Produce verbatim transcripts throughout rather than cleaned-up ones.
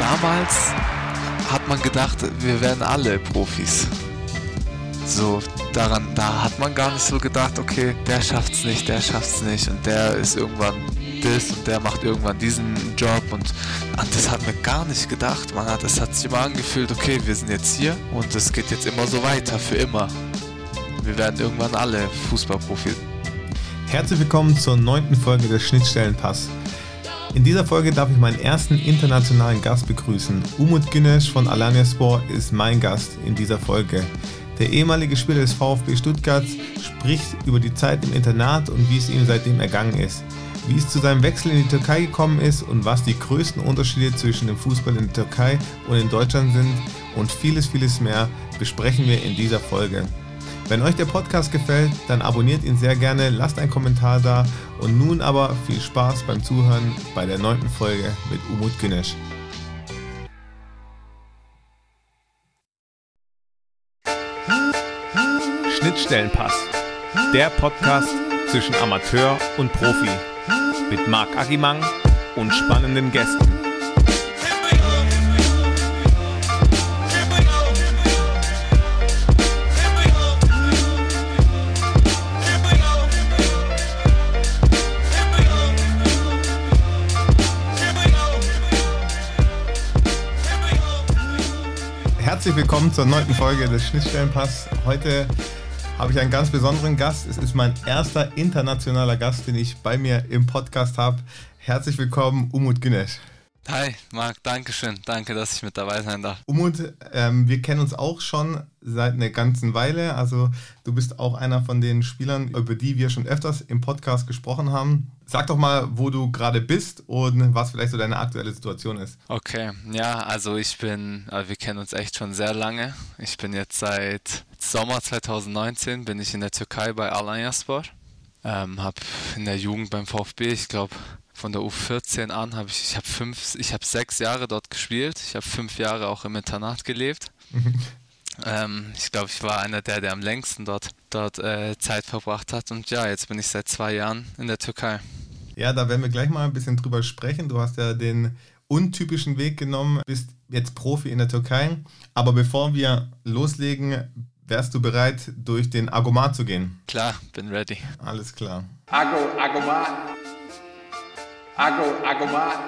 damals hat man gedacht, wir werden alle Profis. So, daran, da hat man gar nicht so gedacht, okay, der schafft's nicht, der schafft's nicht und der ist irgendwann das und der macht irgendwann diesen Job und an das hat man gar nicht gedacht. Man hat, es hat sich immer angefühlt, okay, wir sind jetzt hier und es geht jetzt immer so weiter, für immer. Wir werden irgendwann alle Fußballprofis. Herzlich willkommen zur neunten Folge des Schnittstellenpass. In dieser Folge darf ich meinen ersten internationalen Gast begrüßen. Umut Güneş von Alanyaspor ist mein Gast in dieser Folge. Der ehemalige Spieler des VfB Stuttgart spricht über die Zeit im Internat und wie es ihm seitdem ergangen ist. Wie es zu seinem Wechsel in die Türkei gekommen ist und was die größten Unterschiede zwischen dem Fußball in der Türkei und in Deutschland sind und vieles, vieles mehr besprechen wir in dieser Folge. Wenn euch der Podcast gefällt, dann abonniert ihn sehr gerne, lasst einen Kommentar da und nun aber viel Spaß beim Zuhören bei der neunten Folge mit Umut Güneş. Schnittstellenpass, der Podcast zwischen Amateur und Profi mit Marc Agimang und spannenden Gästen. Herzlich willkommen zur neunten Folge des Schnittstellenpass. Heute habe ich einen ganz besonderen Gast. Es ist mein erster internationaler Gast, den ich bei mir im Podcast habe. Herzlich willkommen, Umut Güneş. Hi, Marc, danke schön. Danke, dass ich mit dabei sein darf. Umut, ähm, wir kennen uns auch schon seit einer ganzen Weile. Also du bist auch einer von den Spielern, über die wir schon öfters im Podcast gesprochen haben. Sag doch mal, wo du gerade bist und was vielleicht so deine aktuelle Situation ist. Okay, ja, also ich bin, also wir kennen uns echt schon sehr lange. Ich bin jetzt seit Sommer zwanzig neunzehn bin ich in der Türkei bei Alanyaspor. Ähm, habe in der Jugend beim VfB, ich glaube von der U vierzehn an, habe ich, ich habe fünf, ich habe sechs Jahre dort gespielt. Ich habe fünf Jahre auch im Internat gelebt. ähm, ich glaube, ich war einer der, der am längsten dort, dort äh, Zeit verbracht hat. Und ja, jetzt bin ich seit zwei Jahren in der Türkei. Ja, da werden wir gleich mal ein bisschen drüber sprechen. Du hast ja den untypischen Weg genommen, bist jetzt Profi in der Türkei. Aber bevor wir loslegen, wärst du bereit, durch den Agomat zu gehen? Klar, bin ready. Alles klar. Ago, Agomat. Ago, Agomat.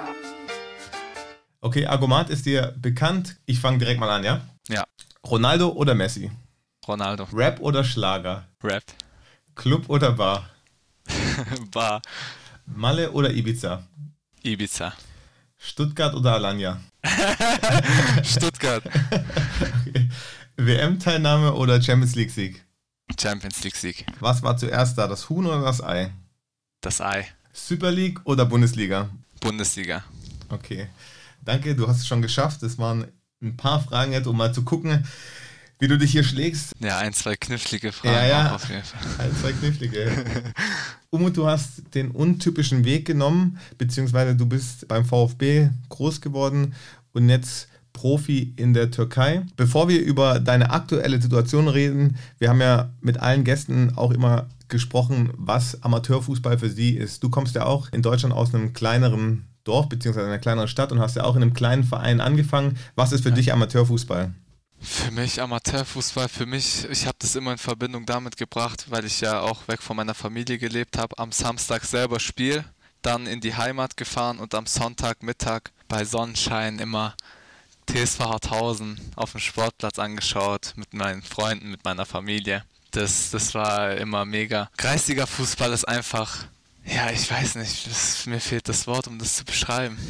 Okay, Agomat ist dir bekannt. Ich fange direkt mal an, ja? Ja. Ronaldo oder Messi? Ronaldo. Rap oder Schlager? Rap. Club oder Bar? Bar. Malle oder Ibiza? Ibiza. Stuttgart oder Alanya? Stuttgart. Okay. W M-Teilnahme oder Champions League-Sieg? Champions League-Sieg. Was war zuerst da, das Huhn oder das Ei? Das Ei. Super League oder Bundesliga? Bundesliga. Okay, danke, du hast es schon geschafft. Es waren ein paar Fragen jetzt, um mal zu gucken, wie du dich hier schlägst. Ja, ein, zwei knifflige Fragen ja, ja. auch auf jeden Fall. Ein, zwei knifflige. Umut, du hast den untypischen Weg genommen, beziehungsweise du bist beim VfB groß geworden und jetzt Profi in der Türkei. Bevor wir über deine aktuelle Situation reden, wir haben ja mit allen Gästen auch immer gesprochen, was Amateurfußball für sie ist. Du kommst ja auch in Deutschland aus einem kleineren Dorf, beziehungsweise einer kleineren Stadt und hast ja auch in einem kleinen Verein angefangen. Was ist für ja. dich Amateurfußball? Für mich Amateurfußball, für mich, ich habe das immer in Verbindung damit gebracht, weil ich ja auch weg von meiner Familie gelebt habe, am Samstag selber Spiel, dann in die Heimat gefahren und am Sonntagmittag bei Sonnenschein immer T S V Harthausen auf dem Sportplatz angeschaut, mit meinen Freunden, mit meiner Familie. Das, das war immer mega. Kreisliga-Fußball ist einfach, ja, ich weiß nicht, das, mir fehlt das Wort, um das zu beschreiben.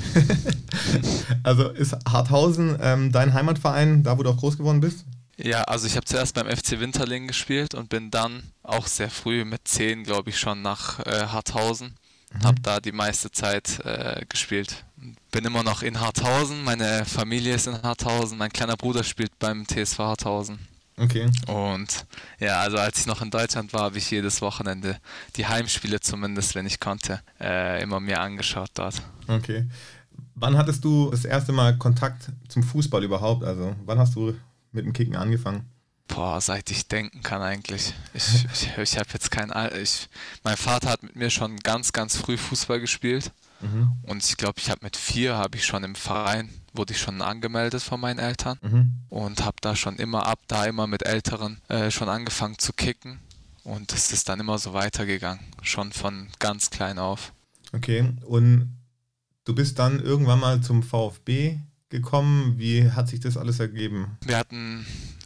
Also ist Harthausen ähm, dein Heimatverein, da wo du auch groß geworden bist? Ja, also ich habe zuerst beim F C Winterling gespielt und bin dann auch sehr früh mit zehn, glaube ich, schon nach äh, Harthausen. Mhm. Habe da die meiste Zeit äh, gespielt. Bin immer noch in Harthausen, meine Familie ist in Harthausen, mein kleiner Bruder spielt beim T S V Harthausen. Okay. Und ja, also als ich noch in Deutschland war, habe ich jedes Wochenende die Heimspiele zumindest, wenn ich konnte, äh, immer mir angeschaut dort. Okay. Wann hattest du das erste Mal Kontakt zum Fußball überhaupt? Also wann hast du mit dem Kicken angefangen? Boah, seit ich denken kann eigentlich. Ich, ich, ich habe jetzt kein Al ich Mein Vater hat mit mir schon ganz, ganz früh Fußball gespielt. Mhm. Und ich glaube, ich habe mit vier, habe ich schon im Verein, wurde ich schon angemeldet von meinen Eltern. Mhm. Und habe da schon immer ab da immer mit Älteren äh, schon angefangen zu kicken. Und es ist dann immer so weitergegangen. Schon von ganz klein auf. Okay, und du bist dann irgendwann mal zum VfB gekommen. Wie hat sich das alles ergeben? Wir hatten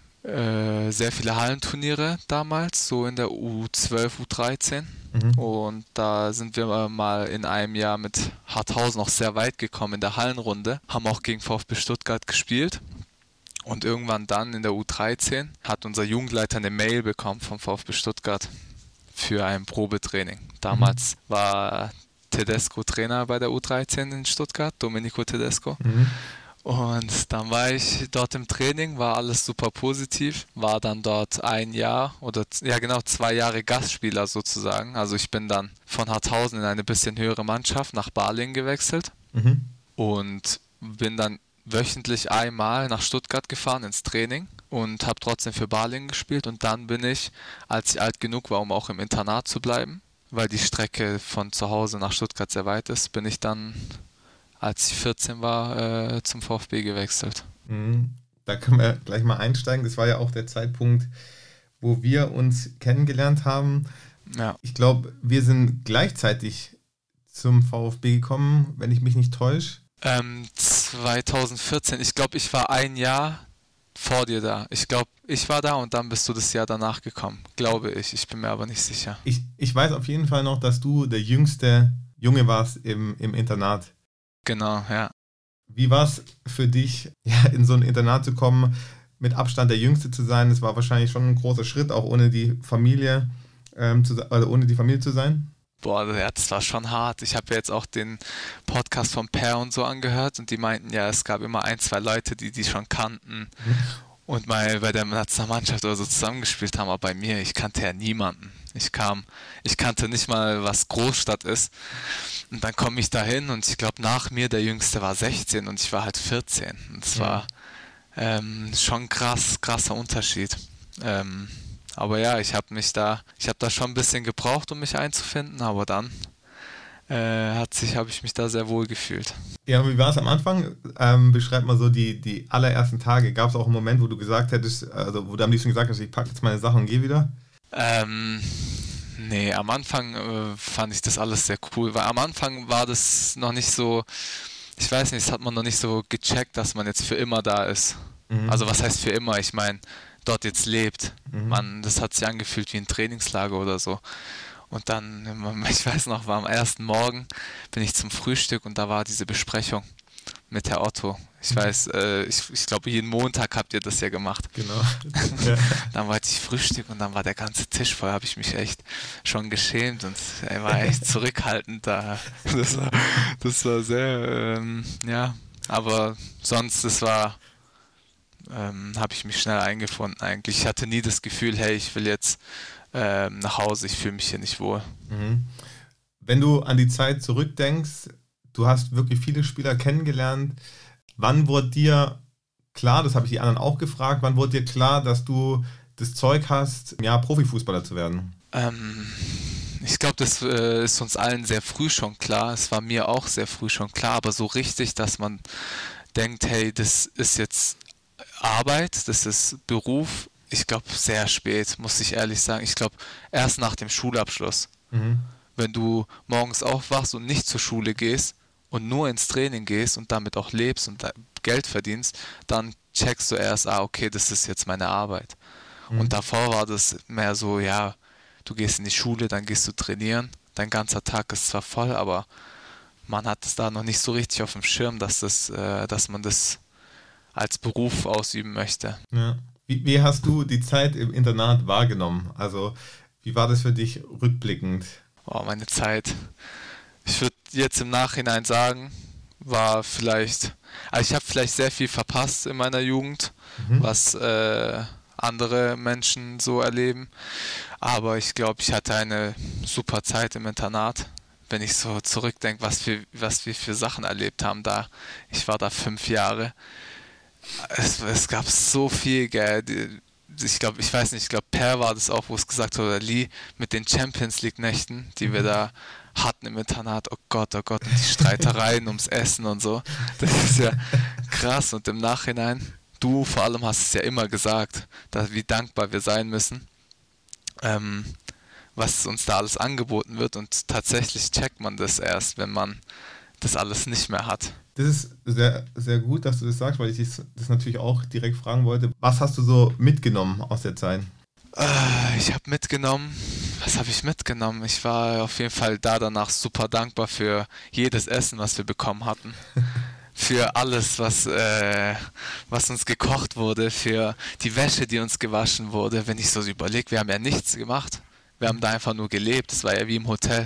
äh, sehr viele Hallenturniere damals, so in der U zwölf, U dreizehn. Mhm. Und da sind wir mal in einem Jahr mit Harthausen noch sehr weit gekommen in der Hallenrunde. Haben auch gegen VfB Stuttgart gespielt. Und irgendwann dann in der U dreizehn hat unser Jugendleiter eine Mail bekommen vom VfB Stuttgart für ein Probetraining. Damals mhm. war Tedesco Trainer bei der U dreizehn in Stuttgart, Domenico Tedesco. Mhm. Und dann war ich dort im Training, war alles super positiv, war dann dort ein Jahr oder ja genau zwei Jahre Gastspieler sozusagen. Also ich bin dann von Harthausen in eine bisschen höhere Mannschaft nach Balingen gewechselt Mhm. und bin dann wöchentlich einmal nach Stuttgart gefahren ins Training und habe trotzdem für Balingen gespielt. Und dann bin ich, als ich alt genug war, um auch im Internat zu bleiben, weil die Strecke von zu Hause nach Stuttgart sehr weit ist, bin ich dann, als ich vierzehn war, äh, zum VfB gewechselt. Mhm. Da können wir gleich mal einsteigen. Das war ja auch der Zeitpunkt, wo wir uns kennengelernt haben. Ja. Ich glaube, wir sind gleichzeitig zum VfB gekommen, wenn ich mich nicht täusche. Ähm, zwanzig vierzehn, ich glaube, ich war ein Jahr vor dir da. Ich glaube, ich war da und dann bist du das Jahr danach gekommen, glaube ich. Ich bin mir aber nicht sicher. Ich, ich weiß auf jeden Fall noch, dass du der jüngste Junge warst im, im Internat. Genau, ja. Wie war es für dich, ja, in so ein Internat zu kommen, mit Abstand der Jüngste zu sein? Das war wahrscheinlich schon ein großer Schritt, auch ohne die Familie, ähm, zu, also ohne die Familie zu sein. Boah, ja, das war schon hart. Ich habe ja jetzt auch den Podcast von Per und so angehört und die meinten ja, es gab immer ein, zwei Leute, die die schon kannten Mhm. und mal bei der Nationalmannschaft oder so zusammengespielt haben, aber bei mir, ich kannte ja niemanden. Ich kam, ich kannte nicht mal, was Großstadt ist. Und dann komme ich da hin und ich glaube, nach mir der Jüngste war sechzehn und ich war halt vierzehn. Und es Mhm. war ähm, schon krass, krasser Unterschied. Ähm, aber ja, ich habe mich da, ich habe da schon ein bisschen gebraucht, um mich einzufinden, aber dann äh, hat sich, habe ich mich da sehr wohl gefühlt. Ja, wie war es am Anfang? Ähm, beschreib mal so die, die allerersten Tage. Gab es auch einen Moment, wo du gesagt hättest, also wo du am liebsten gesagt hast, ich packe jetzt meine Sachen und gehe wieder? Ähm, nee, am Anfang äh, fand ich das alles sehr cool, weil am Anfang war das noch nicht so, ich weiß nicht, das hat man noch nicht so gecheckt, dass man jetzt für immer da ist. Mhm. Also was heißt für immer? Ich meine, dort jetzt lebt. Mhm. Man, das hat sich angefühlt wie ein Trainingslager oder so. Und dann, ich weiß noch, war am ersten Morgen, bin ich zum Frühstück und da war diese Besprechung mit Herr Otto. Ich weiß, äh, ich, ich glaube, jeden Montag habt ihr das ja gemacht. Genau. Ja. Dann war ich Frühstück und dann war der ganze Tisch voll, habe ich mich echt schon geschämt und er war echt zurückhaltend da. Das war, das war sehr, ähm, ja, aber sonst, das war, ähm, habe ich mich schnell eingefunden eigentlich. Ich hatte nie das Gefühl, hey, ich will jetzt ähm, nach Hause, ich fühle mich hier nicht wohl. Mhm. Wenn du an die Zeit zurückdenkst, du hast wirklich viele Spieler kennengelernt. Wann wurde dir klar, das habe ich die anderen auch gefragt, wann wurde dir klar, dass du das Zeug hast, ja, Profifußballer zu werden? Ähm, ich glaube, das äh, ist uns allen sehr früh schon klar. Es war mir auch sehr früh schon klar, aber so richtig, dass man denkt, hey, das ist jetzt Arbeit, das ist Beruf. Ich glaube, sehr spät, muss ich ehrlich sagen. Ich glaube, erst nach dem Schulabschluss. Mhm. Wenn du morgens aufwachst und nicht zur Schule gehst und nur ins Training gehst und damit auch lebst und Geld verdienst, dann checkst du erst, ah, okay, das ist jetzt meine Arbeit. Mhm. Und davor war das mehr so, ja, du gehst in die Schule, dann gehst du trainieren, dein ganzer Tag ist zwar voll, aber man hat es da noch nicht so richtig auf dem Schirm, dass, das, äh, dass man das als Beruf ausüben möchte. Ja. Wie, wie hast du die Zeit im Internat wahrgenommen? Also, wie war das für dich rückblickend? Oh, meine Zeit. Ich würde jetzt im Nachhinein sagen, war vielleicht, also ich habe vielleicht sehr viel verpasst in meiner Jugend, Mhm. was äh, andere Menschen so erleben. Aber ich glaube, ich hatte eine super Zeit im Internat. Wenn ich so zurückdenke, was wir, was wir für Sachen erlebt haben da. Ich war da fünf Jahre. Es, es gab so viel, gell. Die, ich glaube, ich weiß nicht, ich glaube, Per war das auch, wo es gesagt hat, oder Lee, mit den Champions League-Nächten, die wir da hatten im Internat, oh Gott, oh Gott, und die Streitereien ums Essen und so. Das ist ja krass. Und im Nachhinein, du vor allem hast es ja immer gesagt, dass, wie dankbar wir sein müssen, ähm, was uns da alles angeboten wird. Und tatsächlich checkt man das erst, wenn man das alles nicht mehr hat. Das ist sehr, sehr gut, dass du das sagst, weil ich dich das natürlich auch direkt fragen wollte. Was hast du so mitgenommen aus der Zeit? Äh, ich habe mitgenommen, was habe ich mitgenommen? Ich war auf jeden Fall da danach super dankbar für jedes Essen, was wir bekommen hatten. Für alles, was, äh, was uns gekocht wurde, für die Wäsche, die uns gewaschen wurde. Wenn ich so überlege, wir haben ja nichts gemacht. Wir haben da einfach nur gelebt. Es war ja wie im Hotel.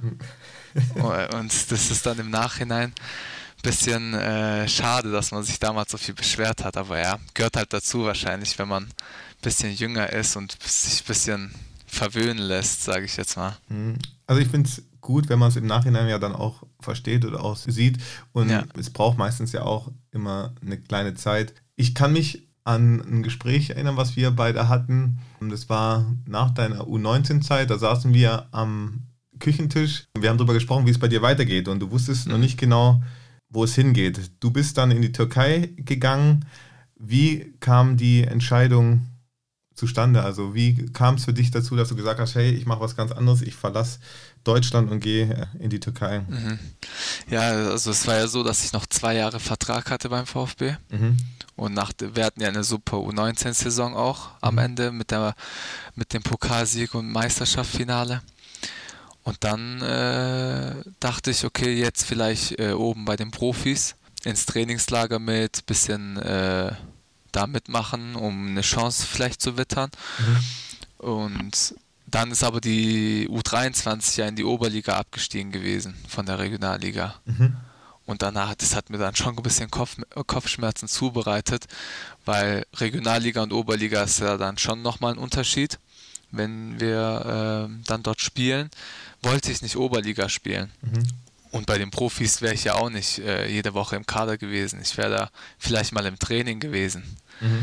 Und das ist dann im Nachhinein ein bisschen äh, schade, dass man sich damals so viel beschwert hat. Aber ja, gehört halt dazu wahrscheinlich, wenn man ein bisschen jünger ist und sich ein bisschen verwöhnen lässt, sage ich jetzt mal. Also ich finde es gut, wenn man es im Nachhinein ja dann auch versteht oder auch sieht. Und ja. Es braucht meistens ja auch immer eine kleine Zeit. Ich kann mich an ein Gespräch erinnern, was wir beide hatten. Das war nach deiner U neunzehn Zeit. Da saßen wir am Küchentisch. Wir haben darüber gesprochen, wie es bei dir weitergeht. Und du wusstest mhm. noch nicht genau, wo es hingeht. Du bist dann in die Türkei gegangen. Wie kam die Entscheidung zustande? Also wie kam es für dich dazu, dass du gesagt hast, hey, ich mache was ganz anderes, ich verlasse Deutschland und gehe in die Türkei? Mhm. Ja, also es war ja so, dass ich noch zwei Jahre Vertrag hatte beim VfB. Mhm. Und nach, wir hatten ja eine super U neunzehn-Saison auch am mhm. Ende mit, der, mit dem Pokalsieg und Meisterschaftsfinale. Und dann äh, dachte ich, okay, jetzt vielleicht äh, oben bei den Profis ins Trainingslager mit, bisschen äh, da mitmachen, um eine Chance vielleicht zu wittern. Mhm. Und dann ist aber die U dreiundzwanzig ja in die Oberliga abgestiegen gewesen von der Regionalliga. Mhm. Und danach, das hat mir dann schon ein bisschen Kopf, Kopfschmerzen zubereitet, weil Regionalliga und Oberliga ist ja dann schon nochmal ein Unterschied. Wenn wir äh, dann dort spielen, wollte ich nicht Oberliga spielen. Mhm. Und bei den Profis wäre ich ja auch nicht äh, jede Woche im Kader gewesen. Ich wäre da vielleicht mal im Training gewesen. Mhm.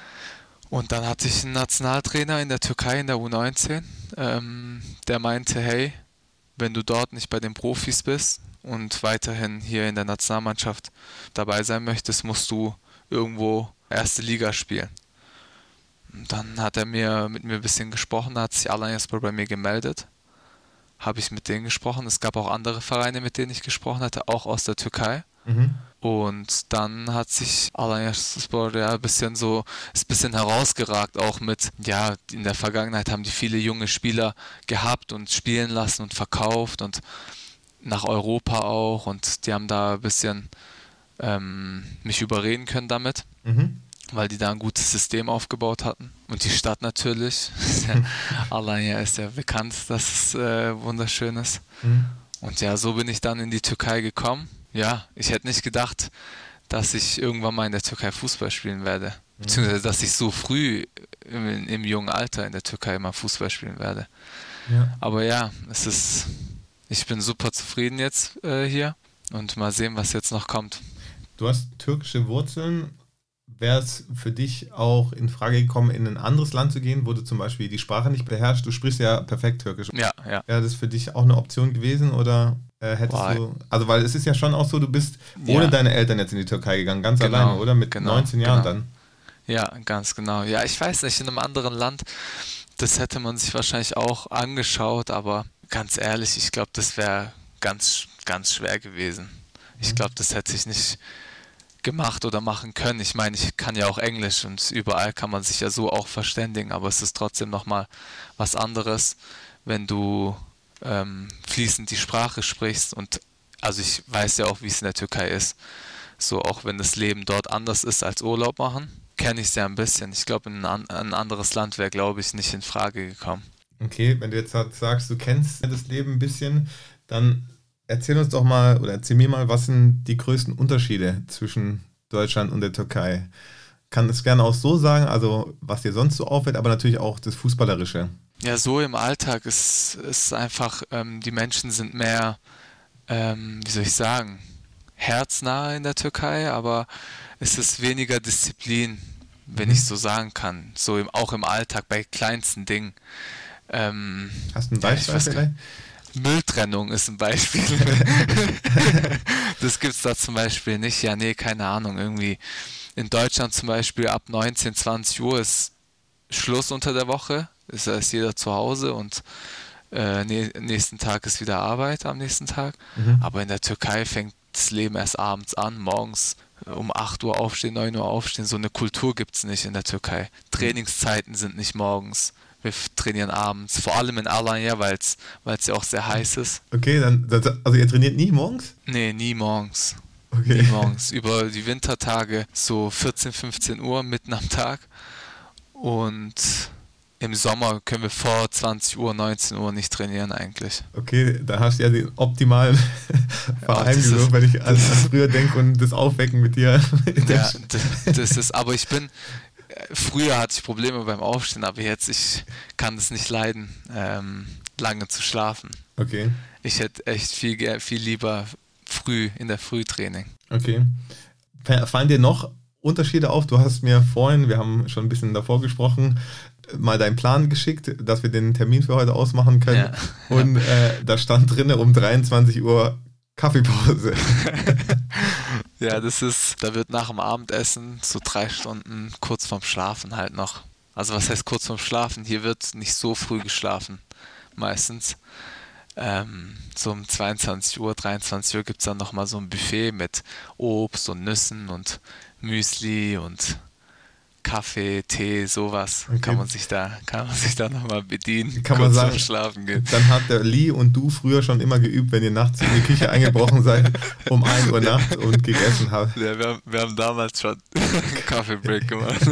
Und dann hatte ich einen Nationaltrainer in der Türkei in der U neunzehn, ähm, der meinte, hey, wenn du dort nicht bei den Profis bist und weiterhin hier in der Nationalmannschaft dabei sein möchtest, musst du irgendwo erste Liga spielen. Und dann hat er mir mit mir ein bisschen gesprochen, da hat sich Alanyaspor bei mir gemeldet. Habe ich mit denen gesprochen. Es gab auch andere Vereine, mit denen ich gesprochen hatte, auch aus der Türkei. Mhm. Und dann hat sich Alanyaspor ja ein bisschen so, ist ein bisschen herausgeragt, auch mit, ja, in der Vergangenheit haben die viele junge Spieler gehabt und spielen lassen und verkauft und nach Europa auch, und die haben da ein bisschen ähm, mich überreden können damit. Mhm. Weil die da ein gutes System aufgebaut hatten. Und die Stadt natürlich. Alanya ist ja bekannt, dass es äh, wunderschön ist. Mhm. Und ja, so bin ich dann in die Türkei gekommen. Ja, ich hätte nicht gedacht, dass ich irgendwann mal in der Türkei Fußball spielen werde. Mhm. Beziehungsweise, dass ich so früh im, im jungen Alter in der Türkei mal Fußball spielen werde. Ja. Aber ja, es ist, ich bin super zufrieden jetzt äh, hier und mal sehen, was jetzt noch kommt. Du hast türkische Wurzeln. Wäre es für dich auch in Frage gekommen, in ein anderes Land zu gehen, wo du zum Beispiel die Sprache nicht beherrschst? Du sprichst ja perfekt Türkisch. Ja, ja. Wäre das für dich auch eine Option gewesen oder äh, hättest Boah. du... Also weil es ist ja schon auch so, du bist ohne ja. deine Eltern jetzt in die Türkei gegangen, ganz genau, alleine, oder? Mit genau, neunzehn Jahren genau. dann. Ja, ganz genau. Ja, ich weiß nicht, in einem anderen Land, das hätte man sich wahrscheinlich auch angeschaut, aber ganz ehrlich, ich glaube, das wäre ganz, ganz schwer gewesen. Ich glaube, das hätte ich nicht gemacht oder machen können. Ich meine, ich kann ja auch Englisch und überall kann man sich ja so auch verständigen, aber es ist trotzdem nochmal was anderes, wenn du ähm, fließend die Sprache sprichst. Und also ich weiß ja auch, wie es in der Türkei ist. So, auch wenn das Leben dort anders ist als Urlaub machen, kenne ich es ja ein bisschen. Ich glaube, ein, ein anderes Land wäre, glaube ich, nicht in Frage gekommen. Okay, wenn du jetzt sagst, du kennst das Leben ein bisschen, dann erzähl uns doch mal, oder erzähl mir mal, was sind die größten Unterschiede zwischen Deutschland und der Türkei? Kann es gerne auch so sagen, also was dir sonst so auffällt, aber natürlich auch das Fußballerische. Ja, so im Alltag ist es einfach, ähm, die Menschen sind mehr, ähm, wie soll ich sagen, herznah in der Türkei, aber es ist weniger Disziplin. wenn Mhm. ich so sagen kann. So im, auch im Alltag, bei kleinsten Dingen. Ähm, Hast du ein ja, ich Beispiel weiß vielleicht? Mülltrennung ist ein Beispiel. Das gibt's da zum Beispiel nicht. Ja, nee, keine Ahnung. Irgendwie in Deutschland zum Beispiel ab neunzehn, zwanzig Uhr ist Schluss unter der Woche. Ist, da ist jeder zu Hause und äh, nä- nächsten Tag ist wieder Arbeit am nächsten Tag. Mhm. Aber in der Türkei fängt das Leben erst abends an, morgens um acht Uhr aufstehen, neun Uhr aufstehen. So eine Kultur gibt's nicht in der Türkei. Trainingszeiten sind nicht morgens. Wir f- trainieren abends, vor allem in Alanya, weil es ja auch sehr heiß ist. Okay, dann, das, also ihr trainiert nie morgens? Nee, nie morgens. Okay. Nie morgens. Über die Wintertage so vierzehn, fünfzehn Uhr mitten am Tag. Und im Sommer können wir vor zwanzig Uhr, neunzehn Uhr nicht trainieren eigentlich. Okay, da hast du ja den optimalen Verein das gesucht, ist- wenn ich an, an früher denke und das Aufwecken mit dir. Ja, d- das ist, aber ich bin, äh, früher hatte ich Probleme beim Aufstehen, aber jetzt, ich kann es nicht leiden, ähm, lange zu schlafen. Okay, Ich hätte echt viel, ge- viel lieber früh, in der Frühtraining. okay. Fa- Fallen dir noch Unterschiede auf? Du hast mir vorhin, wir haben schon ein bisschen davor gesprochen, mal deinen Plan geschickt, dass wir den Termin für heute ausmachen können. Ja. Und äh, da stand drinne um dreiundzwanzig Uhr Kaffeepause. Ja, das ist, da wird nach dem Abendessen so drei Stunden kurz vorm Schlafen halt noch. Also was heißt kurz vorm Schlafen? Hier wird nicht so früh geschlafen, meistens. Ähm, so um zweiundzwanzig Uhr, dreiundzwanzig Uhr gibt es dann nochmal so ein Buffet mit Obst und Nüssen und Müsli und Kaffee, Tee, sowas. Okay. Kann man sich da, kann man sich da nochmal bedienen, Kann man kurz sagen, vorm Schlafen gehen. Dann hat der Lee und du früher schon immer geübt, wenn ihr nachts in die Küche eingebrochen seid, um ein Uhr nachts und gegessen habt. Ja, wir, haben, wir haben damals schon Kaffeebreak gemacht.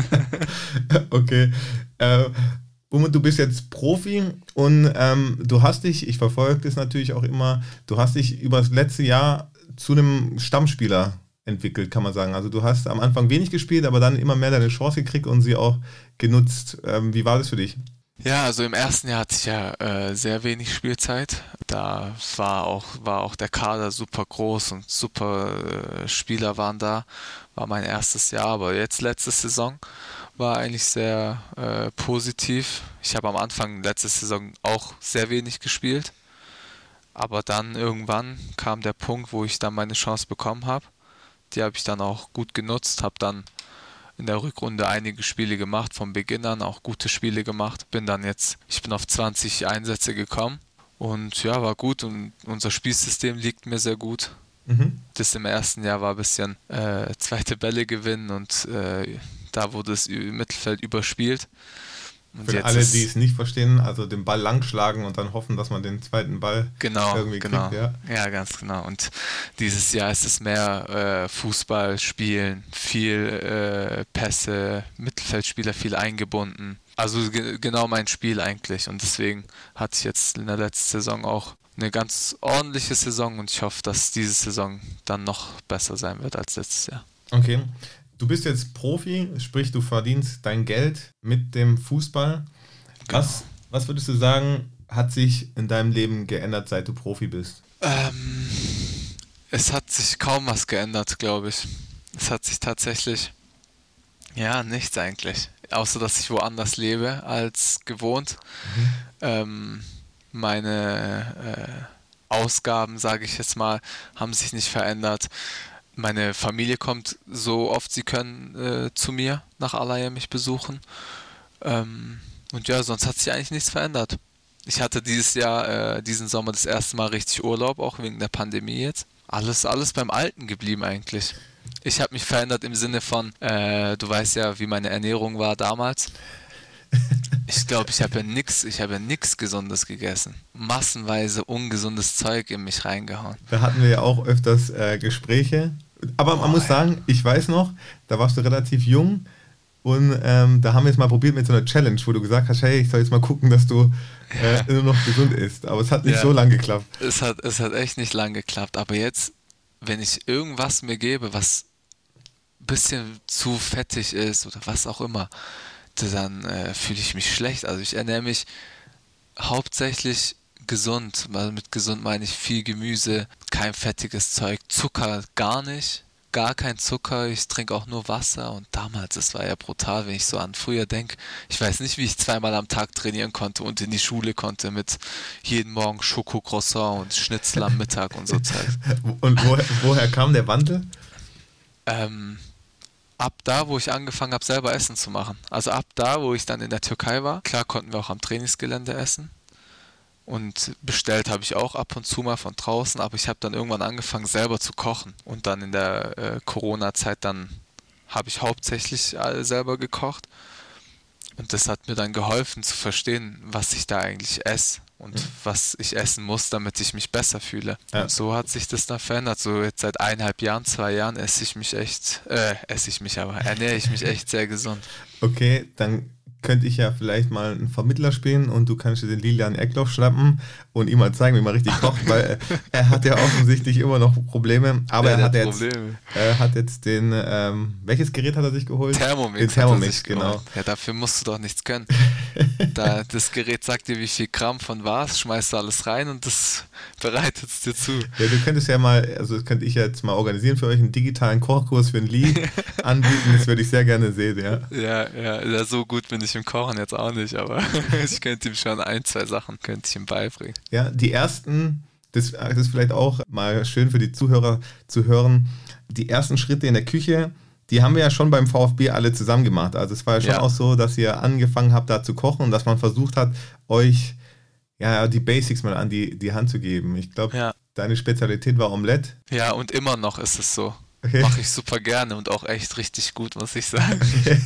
Okay. Äh, Umut, du bist jetzt Profi und ähm, du hast dich, ich verfolge das natürlich auch immer, du hast dich über das letzte Jahr zu einem Stammspieler entwickelt, kann man sagen. Also du hast am Anfang wenig gespielt, aber dann immer mehr deine Chance gekriegt und sie auch genutzt. Ähm, wie war das für dich? Ja, also im ersten Jahr hatte ich ja äh, sehr wenig Spielzeit. Da war auch, war auch der Kader super groß und super äh, Spieler waren da. War mein erstes Jahr, aber jetzt letzte Saison war eigentlich sehr äh, positiv. Ich habe am Anfang letzte Saison auch sehr wenig gespielt, aber dann irgendwann kam der Punkt, wo ich dann meine Chance bekommen habe. Die habe ich dann auch gut genutzt, habe dann in der Rückrunde einige Spiele gemacht, vom Beginn an auch gute Spiele gemacht. Bin dann jetzt, ich bin auf zwanzig Einsätze gekommen und ja, war gut und unser Spielsystem liegt mir sehr gut. Mhm. Das im ersten Jahr war ein bisschen äh, zweite Bälle gewinnen und äh, da wurde das Ü- Mittelfeld überspielt. Und Für jetzt alle, ist- die es nicht verstehen, also den Ball langschlagen und dann hoffen, dass man den zweiten Ball Genau, irgendwie genau. kriegt. Ja. Ja, ganz genau. Und dieses Jahr ist es mehr äh, Fußball spielen, viel äh, Pässe, Mittelfeldspieler viel eingebunden. Also ge genau mein Spiel eigentlich. Und deswegen hatte ich jetzt in der letzten Saison auch eine ganz ordentliche Saison und ich hoffe, dass diese Saison dann noch besser sein wird als letztes Jahr. Okay. Du bist jetzt Profi, sprich du verdienst dein Geld mit dem Fußball. Was, was würdest du sagen, hat sich in deinem Leben geändert, seit du Profi bist? Ähm, es hat sich kaum was geändert, glaube ich. Es hat sich tatsächlich, ja, nichts eigentlich. Außer, dass ich woanders lebe als gewohnt. Mhm. Ähm, meine äh, Ausgaben, sage ich jetzt mal, haben sich nicht verändert. Meine Familie kommt so oft sie können äh, zu mir nach Alanya mich besuchen. Ähm, und ja, sonst hat sich eigentlich nichts verändert. Ich hatte dieses Jahr, äh, diesen Sommer das erste Mal richtig Urlaub, auch wegen der Pandemie jetzt. Alles, alles beim Alten geblieben eigentlich. Ich habe mich verändert im Sinne von, äh, du weißt ja, wie meine Ernährung war damals. Ich glaube, ich habe ja nix, ich habe ja nix Gesundes gegessen. Massenweise ungesundes Zeug in mich reingehauen. Da hatten wir ja auch öfters äh, Gespräche. Aber man Oh, muss ja. sagen, ich weiß noch, da warst du relativ jung und ähm, da haben wir es mal probiert mit so einer Challenge, wo du gesagt hast, hey, ich soll jetzt mal gucken, dass du äh, nur noch gesund isst. Aber es hat nicht Ja. so lange geklappt. Es hat, es hat echt nicht lang geklappt, aber jetzt, wenn ich irgendwas mir gebe, was ein bisschen zu fettig ist oder was auch immer, dann äh, fühle ich mich schlecht. Also ich ernähre mich hauptsächlich gesund. Also mit gesund meine ich viel Gemüse, kein fettiges Zeug, Zucker gar nicht. gar keinen Zucker, ich trinke auch nur Wasser und damals, das war ja brutal, wenn ich so an früher denke. Ich weiß nicht, wie ich zweimal am Tag trainieren konnte und in die Schule konnte mit jeden Morgen Schokocroissant und Schnitzel am Mittag und so Zeug. Und woher, woher kam der Wandel? Ähm, ab da, wo ich angefangen habe, selber Essen zu machen. Also ab da, wo ich dann in der Türkei war, klar konnten wir auch am Trainingsgelände essen. Und bestellt habe ich auch ab und zu mal von draußen, aber ich habe dann irgendwann angefangen selber zu kochen. Und dann in der äh, Corona-Zeit dann habe ich hauptsächlich äh, selber gekocht. Und das hat mir dann geholfen zu verstehen, was ich da eigentlich esse und mhm. was ich essen muss, damit ich mich besser fühle. Ja. Und so hat sich das dann verändert. So jetzt seit eineinhalb Jahren, zwei Jahren esse ich mich echt, äh, esse ich mich aber, ernähre ich mich echt sehr gesund. Okay, dann könnte ich ja vielleicht mal einen Vermittler spielen und du kannst dir den Lilian Eckloff schnappen und ihm mal zeigen, wie man richtig kocht, weil er, er hat ja offensichtlich immer noch Probleme, aber ja, er hat jetzt, er hat jetzt den, ähm, welches Gerät hat er sich geholt? Thermomix. Den Thermomix, genau. Ja, dafür musst du doch nichts können. Da, das Gerät sagt dir, wie viel Gramm von was, schmeißt du alles rein und das bereitet es dir zu. Ja, du könntest ja mal, also das könnte ich jetzt mal organisieren für euch, einen digitalen Kochkurs für einen Lee anbieten, das würde ich sehr gerne sehen, ja. Ja, ja, ja, so gut bin ich im Kochen jetzt auch nicht, aber ich könnte ihm schon ein, zwei Sachen, könnte ich ihm beibringen. Ja, die ersten, das, das ist vielleicht auch mal schön für die Zuhörer zu hören, die ersten Schritte in der Küche, die haben wir ja schon beim VfB alle zusammen gemacht. Also es war ja schon ja. auch so, dass ihr angefangen habt, da zu kochen und dass man versucht hat, euch ja die Basics mal an die, die Hand zu geben. Ich glaube, ja. deine Spezialität war Omelette. Ja, und immer noch ist es so. Okay. Mache ich super gerne und auch echt richtig gut, muss ich sagen.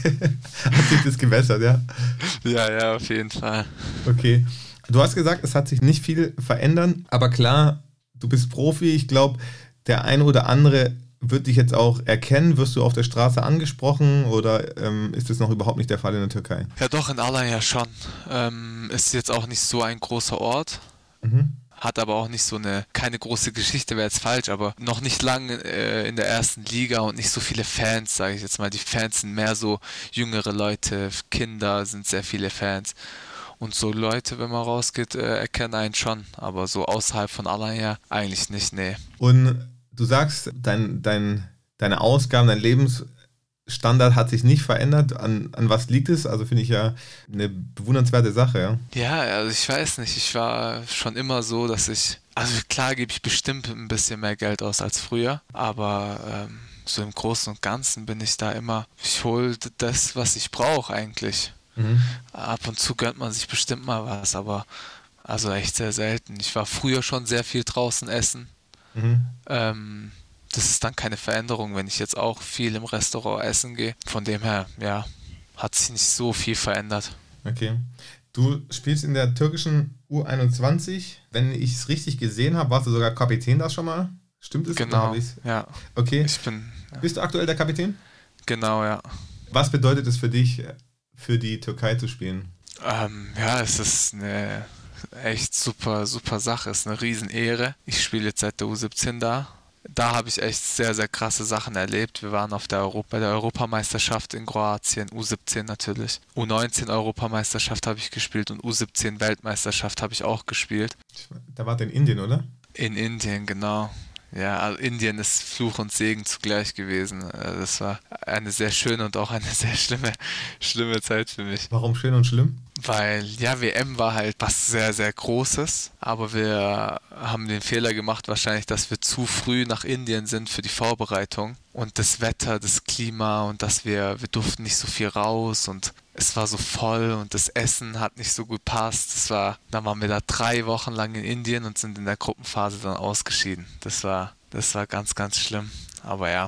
Hat sich das gebessert, ja? Ja, ja, auf jeden Fall. Okay. Du hast gesagt, es hat sich nicht viel verändert, aber klar, du bist Profi. Ich glaube, der eine oder andere wird dich jetzt auch erkennen. Wirst du auf der Straße angesprochen oder ähm, ist das noch überhaupt nicht der Fall in der Türkei? Ja, doch, in Alanya schon. Ähm, ist jetzt auch nicht so ein großer Ort. Mhm. Hat aber auch nicht so eine, keine große Geschichte, wäre jetzt falsch, aber noch nicht lange äh, in der ersten Liga und nicht so viele Fans, sage ich jetzt mal. Die Fans sind mehr so jüngere Leute, Kinder sind sehr viele Fans. Und so Leute, wenn man rausgeht, äh, erkennen einen schon, aber so außerhalb von Alanya eigentlich nicht, nee. Und du sagst, dein, dein, deine Ausgaben, dein Lebensstandard hat sich nicht verändert. An, an was liegt es? Also finde ich ja eine bewundernswerte Sache. Ja, ja, also ich weiß nicht. Ich war schon immer so, dass ich, also klar gebe ich bestimmt ein bisschen mehr Geld aus als früher, aber ähm, so im Großen und Ganzen bin ich da immer, ich hole das, was ich brauche eigentlich. Mhm. Ab und zu gönnt man sich bestimmt mal was, aber also echt sehr selten. Ich war früher schon sehr viel draußen essen. Mhm. Ähm, das ist dann keine Veränderung, wenn ich jetzt auch viel im Restaurant essen gehe. Von dem her, ja, hat sich nicht so viel verändert. Okay. Du spielst in der türkischen U einundzwanzig. Wenn ich es richtig gesehen habe, warst du sogar Kapitän da schon mal? Stimmt es? Genau, ja. Okay. Ich bin, ja. Bist du aktuell der Kapitän? Genau, ja. Was bedeutet es für dich, für die Türkei zu spielen? Ähm, ja, es ist eine echt super, super Sache. Es ist eine Riesenehre. Ich spiele jetzt seit der U siebzehn da. Da habe ich echt sehr, sehr krasse Sachen erlebt. Wir waren auf der Europa, bei der Europameisterschaft in Kroatien, U siebzehn natürlich. U neunzehn Europameisterschaft habe ich gespielt und U siebzehn Weltmeisterschaft habe ich auch gespielt. Da wart ihr in Indien, oder? In Indien, genau. Ja, also Indien ist Fluch und Segen zugleich gewesen. Das war eine sehr schöne und auch eine sehr schlimme, schlimme Zeit für mich. Warum schön und schlimm? Weil, ja, W M war halt was sehr, sehr Großes, aber wir haben den Fehler gemacht wahrscheinlich, dass wir zu früh nach Indien sind für die Vorbereitung und das Wetter, das Klima und dass wir, wir durften nicht so viel raus und es war so voll und das Essen hat nicht so gut passt. Das war, dann waren wir da drei Wochen lang in Indien und sind in der Gruppenphase dann ausgeschieden. Das war, das war ganz, ganz schlimm. Aber ja,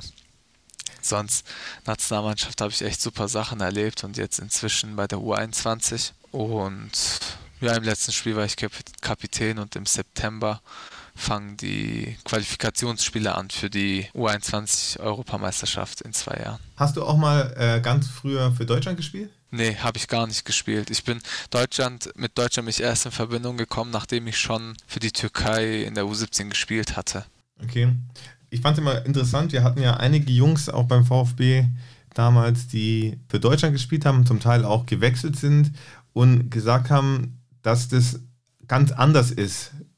sonst Nationalmannschaft habe ich echt super Sachen erlebt und jetzt inzwischen bei der U einundzwanzig. Und ja, im letzten Spiel war ich Kapitän und im September fangen die Qualifikationsspiele an für die U einundzwanzig Europameisterschaft in zwei Jahren. Hast du auch mal äh, ganz früher für Deutschland gespielt? Nee, habe ich gar nicht gespielt. Ich bin Deutschland, mit Deutschland mich erst in Verbindung gekommen, nachdem ich schon für die Türkei in der U siebzehn gespielt hatte. Okay. Ich fand es immer interessant, wir hatten ja einige Jungs auch beim VfB damals, die für Deutschland gespielt haben, zum Teil auch gewechselt sind und gesagt haben, dass das ganz anders ist,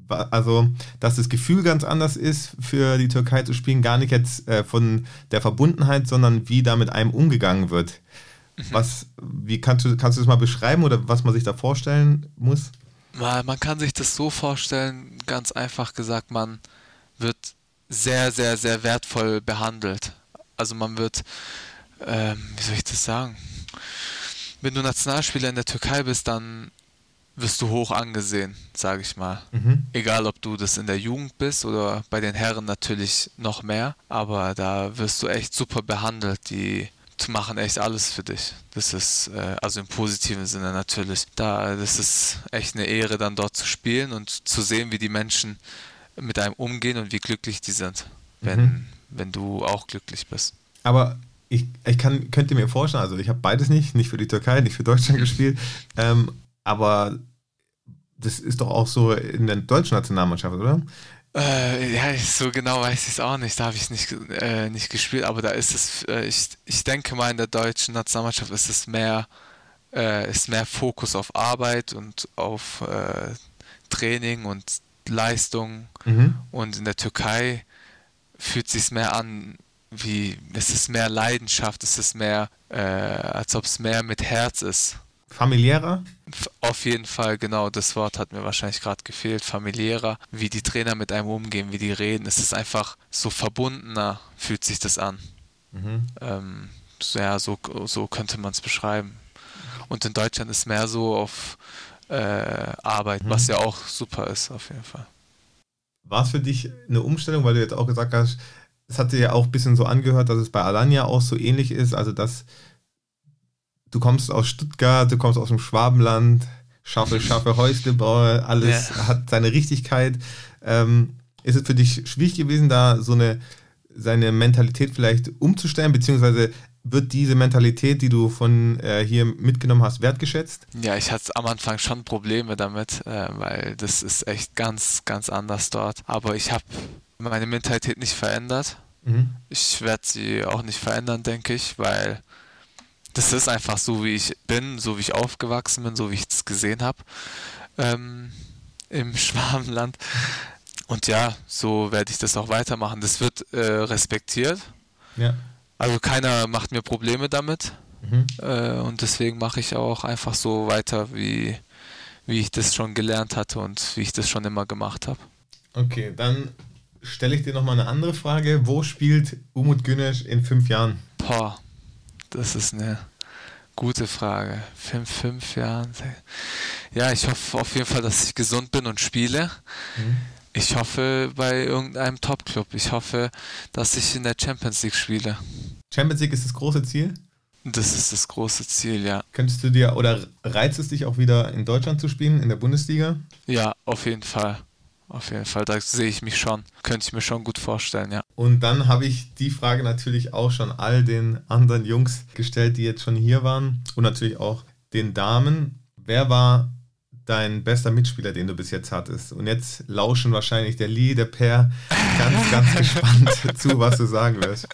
Also, dass das Gefühl ganz anders ist, für die Türkei zu spielen, gar nicht jetzt äh, von der Verbundenheit, sondern wie da mit einem umgegangen wird. Mhm. Was, wie kannst du, kannst du das mal beschreiben oder was man sich da vorstellen muss? Man kann sich das so vorstellen, ganz einfach gesagt, man wird sehr, sehr, sehr wertvoll behandelt. Also man wird, ähm, wie soll ich das sagen? Wenn du Nationalspieler in der Türkei bist, dann wirst du hoch angesehen, sage ich mal. Mhm. Egal, ob du das in der Jugend bist oder bei den Herren natürlich noch mehr, aber da wirst du echt super behandelt. Die machen echt alles für dich. Das ist, äh, also im positiven Sinne natürlich. Da, das ist echt eine Ehre, dann dort zu spielen und zu sehen, wie die Menschen mit einem umgehen und wie glücklich die sind, wenn, mhm. wenn du auch glücklich bist. Aber ich, ich kann, könnte mir vorstellen, also ich habe beides nicht, nicht für die Türkei, nicht für Deutschland gespielt, ähm, aber das ist doch auch so in der deutschen Nationalmannschaft, oder? Äh, ja, so genau weiß ich es auch nicht. Da habe ich nicht, äh, nicht gespielt, aber da ist es, äh, ich, ich denke mal, in der deutschen Nationalmannschaft ist es mehr, äh, ist mehr Fokus auf Arbeit und auf äh, Training und Leistung. Mhm. Und in der Türkei fühlt es sich mehr an, wie, es ist mehr Leidenschaft, es ist mehr, äh, als ob es mehr mit Herz ist. Familiärer? Auf jeden Fall, genau, das Wort hat mir wahrscheinlich gerade gefehlt, familiärer, wie die Trainer mit einem umgehen, wie die reden, es ist einfach so verbundener, fühlt sich das an. Mhm. Ähm, so, ja, so, so könnte man es beschreiben. Und in Deutschland ist mehr so auf äh, Arbeit, mhm. was ja auch super ist, auf jeden Fall. War es für dich eine Umstellung, weil du jetzt auch gesagt hast, es hat dir ja auch ein bisschen so angehört, dass es bei Alanya auch so ähnlich ist, also dass du kommst aus Stuttgart, du kommst aus dem Schwabenland, Schaffe, Schaffe, Häuslebau, alles ja. hat seine Richtigkeit. Ähm, ist es für dich schwierig gewesen, da so eine seine Mentalität vielleicht umzustellen, beziehungsweise wird diese Mentalität, die du von äh, hier mitgenommen hast, wertgeschätzt? Ja, ich hatte am Anfang schon Probleme damit, äh, weil das ist echt ganz, ganz anders dort. Aber ich habe meine Mentalität nicht verändert. Mhm. Ich werde sie auch nicht verändern, denke ich, weil das ist einfach so, wie ich bin, so wie ich aufgewachsen bin, so wie ich es gesehen habe ähm, im Schwabenland. Und ja, so werde ich das auch weitermachen. Das wird äh, respektiert. Ja. Also keiner macht mir Probleme damit. Mhm. Äh, und deswegen mache ich auch einfach so weiter, wie, wie ich das schon gelernt hatte und wie ich das schon immer gemacht habe. Okay, dann stelle ich dir nochmal eine andere Frage. Wo spielt Umut Güneş in fünf Jahren? Boah. Das ist eine gute Frage. Fünf, fünf Jahren. Ja, ich hoffe auf jeden Fall, dass ich gesund bin und spiele. Mhm. Ich hoffe bei irgendeinem Top-Club. Ich hoffe, dass ich in der Champions League spiele. Champions League ist das große Ziel? Das ist das große Ziel, ja. Könntest du dir, oder reizt es dich auch wieder in Deutschland zu spielen, in der Bundesliga? Ja, auf jeden Fall. Auf jeden Fall, da sehe ich mich schon. Könnte ich mir schon gut vorstellen, ja. Und dann habe ich die Frage natürlich auch schon all den anderen Jungs gestellt, die jetzt schon hier waren. Und natürlich auch den Damen. Wer war dein bester Mitspieler, den du bis jetzt hattest? Und jetzt lauschen wahrscheinlich der Lee, der Per ganz, ganz gespannt zu, was du sagen wirst.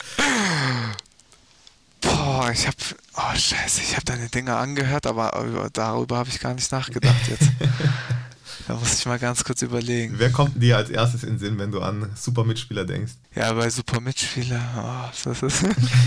Boah, ich habe, oh scheiße, ich habe deine Dinge angehört, aber darüber habe ich gar nicht nachgedacht jetzt. Da muss ich mal ganz kurz überlegen. Wer kommt dir als erstes in den Sinn, wenn du an Super Mitspieler denkst? Ja, bei Super Mitspieler, oh, das ist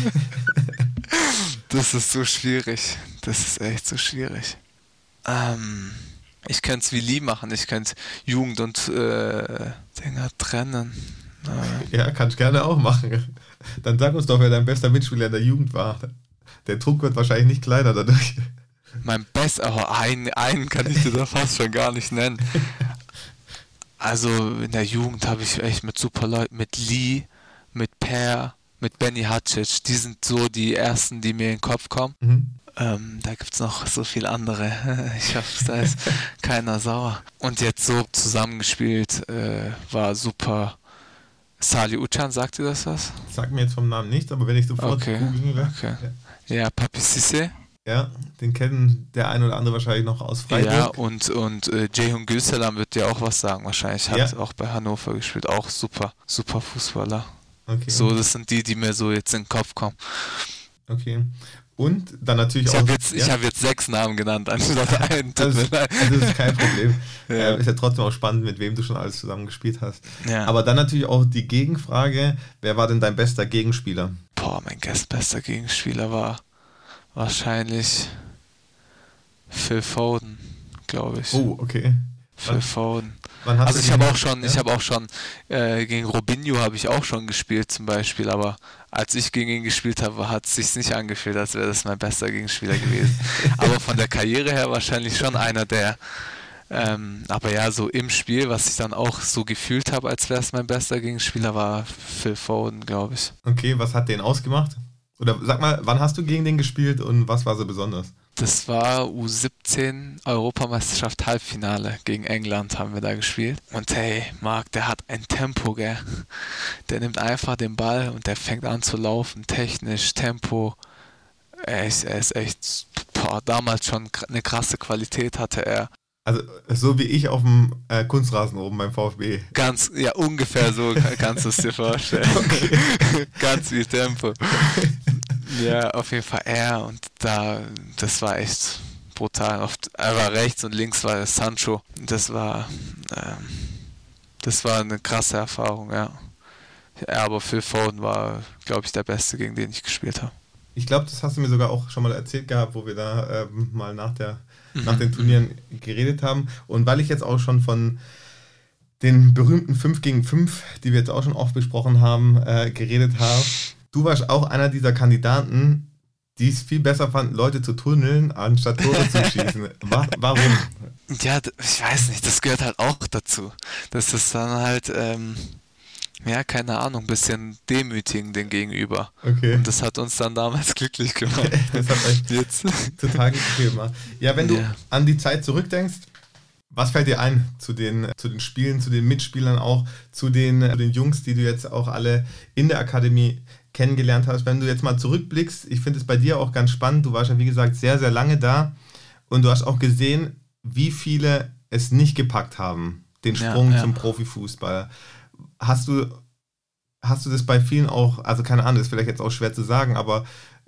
das ist so schwierig. Das ist echt so schwierig. Ähm, ich könnte es wie Lee machen. Ich könnte Jugend und äh, Dinger trennen. Äh. Ja, kannst gerne auch machen. Dann sag uns doch, wer dein bester Mitspieler in der Jugend war. Der Druck wird wahrscheinlich nicht kleiner dadurch. Mein bester, oh, einen, einen kann ich dir da fast schon gar nicht nennen. Also in der Jugend habe ich echt mit super Leuten, mit Lee, mit Per, mit Benny Hacic, die sind so die ersten, die mir in den Kopf kommen. Mhm. Ähm, da gibt es noch so viele andere. Ich hoffe, da ist keiner sauer. Und jetzt so zusammengespielt äh, war super. Salih Uçan, sagt ihr das was? Sagt mir jetzt vom Namen nicht, aber wenn ich sofort okay. googeln okay. Ja, ja Papi Cissé. Ja, den kennen der ein oder andere wahrscheinlich noch aus Freiburg. Ja, und, und äh, Ceyhun Gülselam wird dir auch was sagen wahrscheinlich. Hat ja. auch bei Hannover gespielt. Auch super, super Fußballer. Okay. So, das sind die, die mir so jetzt in den Kopf kommen. Okay. Und dann natürlich Ich auch... habe jetzt, ja? ich hab jetzt sechs Namen genannt, anstatt einen. Tut Also, mir leid. also das ist kein Problem. Ja. äh, ist ja trotzdem auch spannend, mit wem du schon alles zusammen gespielt hast. Ja. Aber dann natürlich auch die Gegenfrage, wer war denn dein bester Gegenspieler? Boah, mein bester Gegenspieler war wahrscheinlich Phil Foden, glaube ich. Oh, okay. Phil Wann- Foden. wann hast Also du ich den- habe auch schon, ja? ich habe auch schon äh, gegen Robinho habe ich auch schon gespielt zum Beispiel, aber als ich gegen ihn gespielt habe, hat es sich nicht angefühlt, als wäre das mein bester Gegenspieler gewesen. Aber von der Karriere her wahrscheinlich schon einer der, ähm, aber ja, so im Spiel, was ich dann auch so gefühlt habe, als wäre es mein bester Gegenspieler, war Phil Foden, glaube ich. Okay, was hat den ausgemacht? Oder sag mal, wann hast du gegen den gespielt und was war so besonders? Das war U siebzehn Europameisterschaft Halbfinale gegen England haben wir da gespielt. Und hey, Marc, der hat ein Tempo, gell? Der nimmt einfach den Ball und der fängt an zu laufen, technisch, Tempo. Er ist, er ist echt, boah, damals schon eine krasse Qualität hatte er. Also so wie ich auf dem äh, Kunstrasen oben beim VfB. Ganz, ja, ungefähr so kannst du es dir vorstellen. Ganz wie Tempo. Ja, auf jeden Fall er und da, das war echt brutal. Oft, er war rechts und links war Sancho. Das war, ähm, das war eine krasse Erfahrung, ja. Ja, aber Phil Foden war, glaube ich, der Beste, gegen den ich gespielt habe. Ich glaube, das hast du mir sogar auch schon mal erzählt gehabt, wo wir da ähm, mal nach, der, nach den Turnieren geredet haben. Und weil ich jetzt auch schon von den berühmten fünf gegen fünf, die wir jetzt auch schon oft besprochen haben, äh, geredet habe, du warst auch einer dieser Kandidaten, die es viel besser fanden, Leute zu tunneln, anstatt Tore zu schießen. Wa- Warum? Ja, d- ich weiß nicht, das gehört halt auch dazu. Das ist dann halt, ähm, ja, keine Ahnung, ein bisschen demütigen den Gegenüber. Okay. Und das hat uns dann damals glücklich gemacht. Das hat euch Jetzt. total gut gemacht. Ja, wenn du Ja. an die Zeit zurückdenkst, was fällt dir ein zu den, zu den Spielen, zu den Mitspielern auch, zu den, zu den Jungs, die du jetzt auch alle in der Akademie kennengelernt hast? Wenn du jetzt mal zurückblickst, ich finde es bei dir auch ganz spannend, du warst ja wie gesagt sehr, sehr lange da und du hast auch gesehen, wie viele es nicht gepackt haben, den Ja, Sprung ja. zum Profifußball. Hast du, hast du das bei vielen auch, also keine Ahnung, das ist vielleicht jetzt auch schwer zu sagen, aber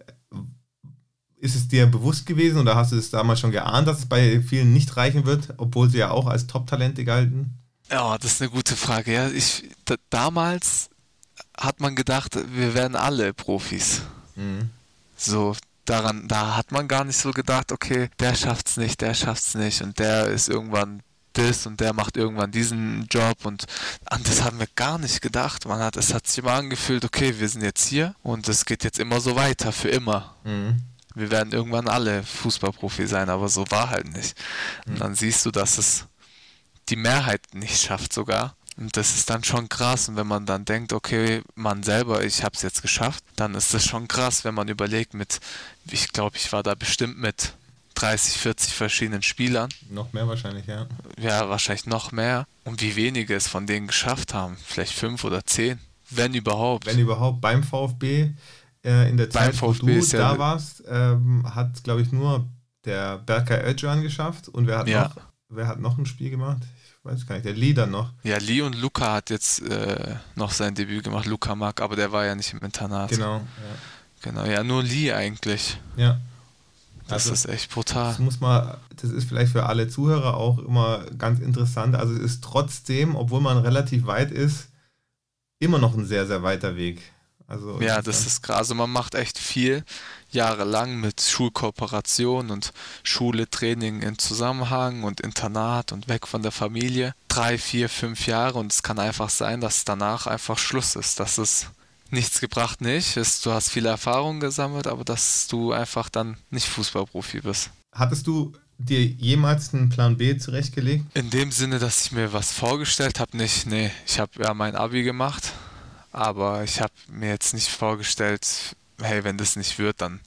ist es dir bewusst gewesen oder hast du es damals schon geahnt, dass es bei vielen nicht reichen wird, obwohl sie ja auch als Top-Talente galten? Ja, das ist eine gute Frage. Ja, ich, da, damals hat man gedacht, wir werden alle Profis. Mhm. So, daran, da hat man gar nicht so gedacht, okay, der schafft's nicht, der schafft's nicht und der ist irgendwann das und der macht irgendwann diesen Job und an das haben wir gar nicht gedacht. Man hat, es hat sich immer angefühlt, okay, wir sind jetzt hier und es geht jetzt immer so weiter, für immer. Mhm. Wir werden irgendwann alle Fußballprofi sein, aber so war halt nicht. Und dann siehst du, dass es die Mehrheit nicht schafft sogar. Und das ist dann schon krass. Und wenn man dann denkt, okay, man selber, ich habe es jetzt geschafft, dann ist das schon krass, wenn man überlegt mit, ich glaube, ich war da bestimmt mit dreißig, vierzig verschiedenen Spielern. Noch mehr wahrscheinlich, ja. Ja, wahrscheinlich noch mehr. Und wie wenige es von denen geschafft haben. Vielleicht fünf oder zehn, wenn überhaupt. Wenn überhaupt beim VfB äh, in der Beim Zeit, wo VfB du ist ja- da warst, ähm, hat, glaube ich, nur der Berkay Özcan geschafft und wer hat, Ja. noch, wer hat noch ein Spiel gemacht? Ich weiß gar nicht, der Lee dann noch. Ja, Lee und Luca hat jetzt äh, noch sein Debüt gemacht, Luca Mack, aber der war ja nicht im Internat. Genau. Genau, ja, nur Lee eigentlich. Ja. ja. Das Also, ist echt brutal. das muss man, das ist vielleicht für alle Zuhörer auch immer ganz interessant. Also es ist trotzdem, obwohl man relativ weit ist, immer noch ein sehr, sehr weiter Weg. Also Ja, das ist krass. Also man macht echt viel jahrelang mit Schulkooperation und Schule, Training in Zusammenhang und Internat und weg von der Familie. Drei, vier, fünf Jahre und es kann einfach sein, dass danach einfach Schluss ist. Dass es nichts gebracht nicht ist. Du hast viele Erfahrungen gesammelt, aber dass du einfach dann nicht Fußballprofi bist. Hattest du dir jemals einen Plan B zurechtgelegt? In dem Sinne, dass ich mir was vorgestellt habe, nicht. Nee, ich habe ja mein Abi gemacht, aber ich habe mir jetzt nicht vorgestellt, hey, wenn das nicht wird, dann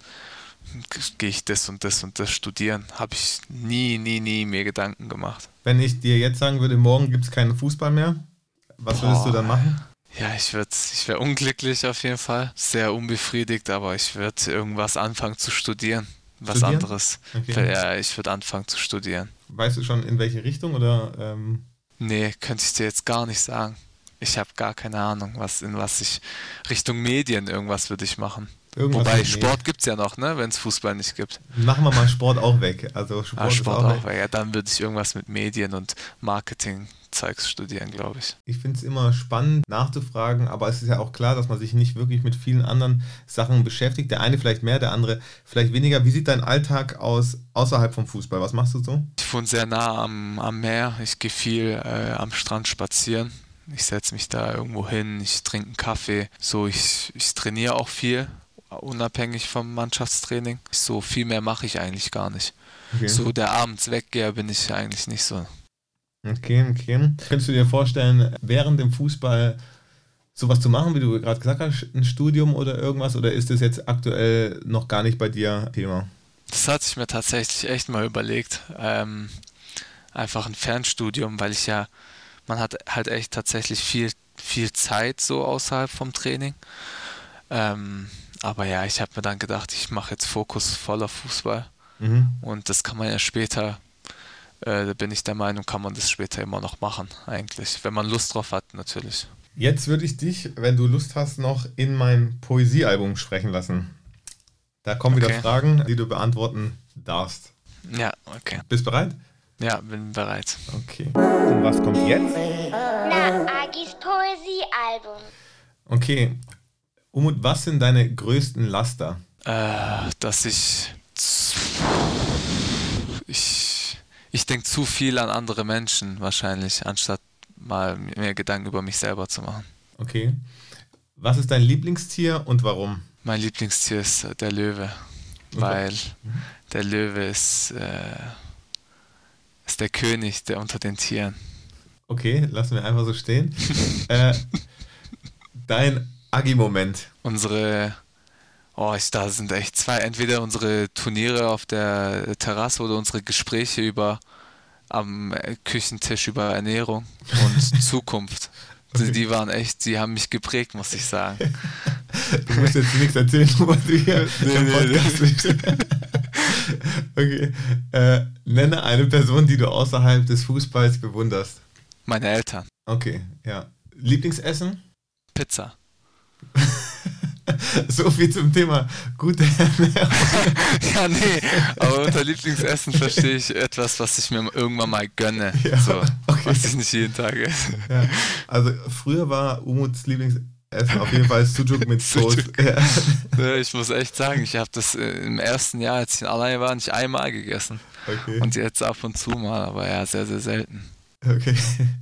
gehe ich das und das und das studieren. Habe ich nie, nie, nie mir Gedanken gemacht. Wenn ich dir jetzt sagen würde, morgen gibt es keinen Fußball mehr, was würdest du Boah. dann machen? Ja, ich würde, ich wäre unglücklich auf jeden Fall, sehr unbefriedigt, aber ich würde irgendwas anfangen zu studieren, was Studieren? anderes. Okay. Ja, ich würde anfangen zu studieren. Weißt du schon in welche Richtung oder? Ähm, Nee, könnte ich dir jetzt gar nicht sagen. Ich habe gar keine Ahnung, was in was ich Richtung Medien irgendwas würde ich machen. Irgendwas Wobei mit Sport gibt es ja noch, ne, wenn es Fußball nicht gibt. Machen wir mal Sport auch weg. Also Sport, Ah, Sport ist auch auch, weg. ja, dann würde ich irgendwas mit Medien und Marketing-Zeugs studieren, glaube ich. Ich finde es immer spannend nachzufragen, aber es ist ja auch klar, dass man sich nicht wirklich mit vielen anderen Sachen beschäftigt. Der eine vielleicht mehr, der andere vielleicht weniger. Wie sieht dein Alltag aus außerhalb vom Fußball? Was machst du so? Ich wohne sehr nah am, am Meer. Ich gehe viel äh, am Strand spazieren. Ich setze mich da irgendwo hin, ich trinke einen Kaffee. So, ich, ich trainiere auch viel, unabhängig vom Mannschaftstraining. So viel mehr mache ich eigentlich gar nicht. Okay. So der abends weggehe, bin ich eigentlich nicht so. Okay, okay. Könntest du dir vorstellen, während dem Fußball sowas zu machen, wie du gerade gesagt hast, ein Studium oder irgendwas? Oder ist das jetzt aktuell noch gar nicht bei dir Thema? Das hatte ich mir tatsächlich echt mal überlegt. Ähm, einfach ein Fernstudium, weil ich ja, man hat halt echt tatsächlich viel, viel Zeit so außerhalb vom Training. Ähm, aber ja, ich habe mir dann gedacht, ich mache jetzt Fokus voller Fußball. Mhm. Und das kann man ja später, äh, da bin ich der Meinung, kann man das später immer noch machen, eigentlich. Wenn man Lust drauf hat, natürlich. Jetzt würde ich dich, wenn du Lust hast, noch in mein Poesiealbum sprechen lassen. Da kommen wieder Okay. Fragen, die du beantworten darfst. Ja, okay. Bist bereit? Ja, bin bereit. Okay. Und was kommt jetzt? Na, Agis Poesiealbum. Okay. Umut, was sind deine größten Laster? Äh, dass ich zu, ich ich denke zu viel an andere Menschen wahrscheinlich, anstatt mal mehr Gedanken über mich selber zu machen. Okay. Was ist dein Lieblingstier und warum? Mein Lieblingstier ist äh, der Löwe, weil der Löwe ist, äh, ist der König der unter den Tieren. Okay, lassen wir einfach so stehen. äh, dein Agi-Moment. Unsere, oh, ich, da sind echt zwei, entweder unsere Turniere auf der Terrasse oder unsere Gespräche über am äh, Küchentisch über Ernährung und Zukunft. Okay. Die, die waren echt, die haben mich geprägt, muss ich sagen. Du musst jetzt nichts erzählen, was du hier Nee, im nee, Podcast bist. Okay. Äh, nenne eine Person, die du außerhalb des Fußballs bewunderst. Meine Eltern. Okay, ja. Lieblingsessen? Pizza. So viel zum Thema gute Ernährung. Ja, nee, aber unter Lieblingsessen verstehe ich etwas, was ich mir irgendwann mal gönne. Ja, So, okay. was ich nicht jeden Tag esse. Ja. Also früher war Umuts Lieblingsessen auf jeden Fall Sucuk mit Toast. Sucuk. Ja. Ja, ich muss echt sagen, ich habe das äh, im ersten Jahr, als ich in Alanya war, nicht einmal gegessen. Okay. Und jetzt ab und zu mal, aber ja, sehr, sehr selten. Okay.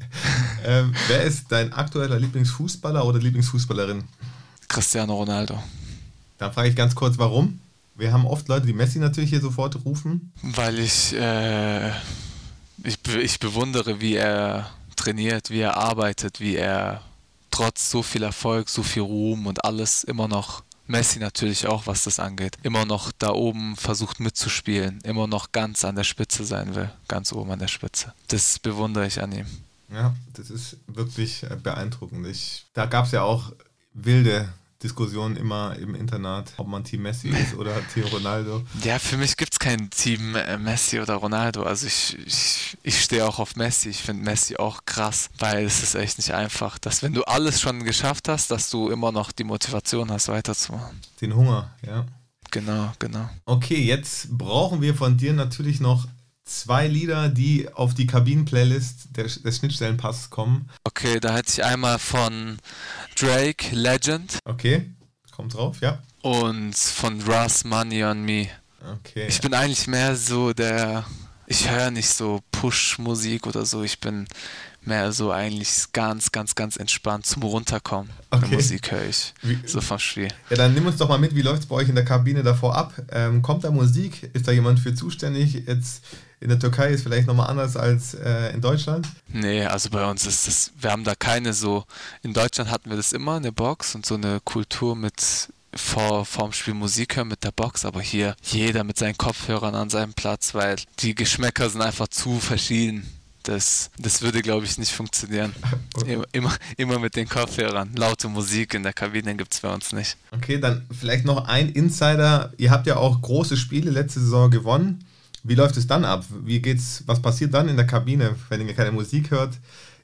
ähm, wer ist dein aktueller Lieblingsfußballer oder Lieblingsfußballerin? Cristiano Ronaldo. Dann frage ich ganz kurz, warum? Wir haben oft Leute, die Messi natürlich hier sofort rufen. Weil ich, äh, ich, be- ich bewundere, wie er trainiert, wie er arbeitet, wie er trotz so viel Erfolg, so viel Ruhm und alles immer noch, Messi natürlich auch, was das angeht, immer noch da oben versucht mitzuspielen, immer noch ganz an der Spitze sein will, ganz oben an der Spitze. Das bewundere ich an ihm. Ja, das ist wirklich äh, beeindruckend. Ich, da gab es ja auch wilde Diskussionen immer im Internat, ob man Team Messi ist oder Team Ronaldo. Ja, für mich gibt es kein Team äh, Messi oder Ronaldo. Also ich, ich, ich stehe auch auf Messi. Ich finde Messi auch krass, weil es ist echt nicht einfach, dass wenn du alles schon geschafft hast, dass du immer noch die Motivation hast, weiterzumachen. Den Hunger, ja. Genau, genau. Okay, jetzt brauchen wir von dir natürlich noch zwei Lieder, die auf die Kabinen-Playlist der, des Schnittstellenpasses kommen. Okay, da hätte ich einmal von Drake, Legend, Okay, kommt drauf, ja. und von Russ, Money on Me. Okay. Ich bin eigentlich mehr so der, ich höre nicht so Push-Musik oder so, ich bin mehr so eigentlich ganz, ganz, ganz entspannt zum Runterkommen. Okay. Musik höre ich, Wie- so vom Spiel. Ja, dann nimm uns doch mal mit, wie läuft es bei euch in der Kabine davor ab? Ähm, kommt da Musik? Ist da jemand für zuständig? Jetzt in der Türkei ist vielleicht nochmal anders als äh, in Deutschland. Nee, also bei uns ist das, wir haben da keine so, in Deutschland hatten wir das immer, eine Box und so eine Kultur mit vor vorm Spiel Musik hören mit der Box, aber hier jeder mit seinen Kopfhörern an seinem Platz, weil die Geschmäcker sind einfach zu verschieden. Das, das würde, glaube ich, nicht funktionieren. Immer, immer, immer mit den Kopfhörern. Laute Musik in der Kabine gibt es bei uns nicht. Okay, dann vielleicht noch ein Insider. Ihr habt ja auch große Spiele letzte Saison gewonnen. Wie läuft es dann ab? Wie geht's, was passiert dann in der Kabine, wenn ihr keine Musik hört?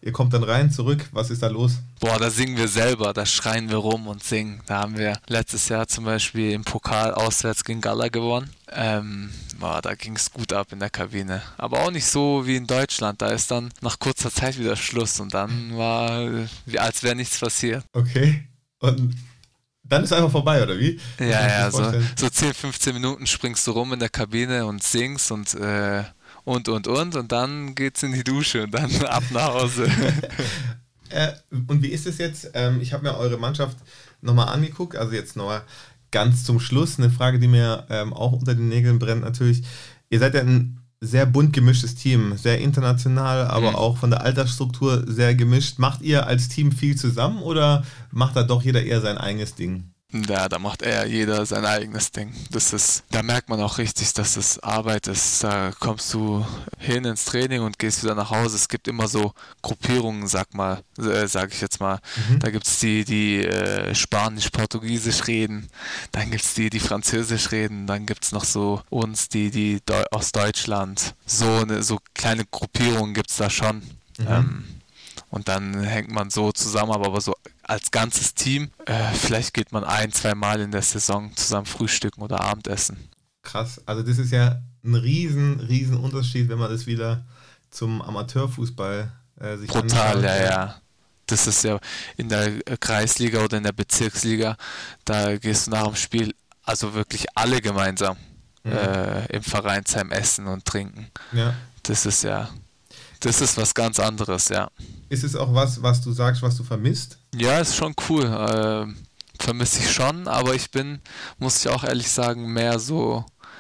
Ihr kommt dann rein, zurück, was ist da los? Boah, da singen wir selber, da schreien wir rum und singen. Da haben wir letztes Jahr zum Beispiel im Pokal auswärts gegen Gala gewonnen. Ähm, boah, da ging es gut ab in der Kabine. Aber auch nicht so wie in Deutschland. Da ist dann nach kurzer Zeit wieder Schluss und dann war, wie als wäre nichts passiert. Okay, und dann ist einfach vorbei, oder wie? Ja, ja, so, so zehn, fünfzehn Minuten springst du rum in der Kabine und singst und äh, und, und, und und dann geht's in die Dusche und dann ab nach Hause. äh, und wie ist es jetzt? Ähm, ich habe mir eure Mannschaft nochmal angeguckt, also jetzt nochmal ganz zum Schluss eine Frage, die mir ähm, auch unter den Nägeln brennt natürlich. Ihr seid ja ein sehr bunt gemischtes Team, sehr international, aber mhm. auch von der Altersstruktur sehr gemischt. Macht ihr als Team viel zusammen oder macht da doch jeder eher sein eigenes Ding? Ja, da macht eher jeder sein eigenes Ding. Das ist, da merkt man auch richtig, dass es Arbeit ist. Da kommst du hin ins Training und gehst wieder nach Hause. Es gibt immer so Gruppierungen, sag mal, äh, sag ich jetzt mal. Mhm. Da gibt es die, die äh, Spanisch, Portugiesisch reden. Dann gibt es die, die Französisch reden. Dann gibt es noch so uns, die, die Deu- aus Deutschland. So eine, so kleine Gruppierungen gibt es da schon. Mhm. Ähm, und dann hängt man so zusammen, aber so als ganzes Team, äh, vielleicht geht man ein, zwei Mal in der Saison zusammen frühstücken oder Abendessen. Krass, also das ist ja ein riesen, riesen Unterschied, wenn man das wieder zum Amateurfußball äh, sich anschaut. Brutal, ja, ja. Das ist ja in der Kreisliga oder in der Bezirksliga, da gehst du nach dem Spiel, also wirklich alle gemeinsam mhm. äh, im Vereinsheim essen und trinken. Ja. Das ist ja, das ist was ganz anderes, ja. Ist es auch was, was du sagst, was du vermisst? Ja, ist schon cool. Äh, vermisse ich schon, aber ich bin, muss ich auch ehrlich sagen, mehr so,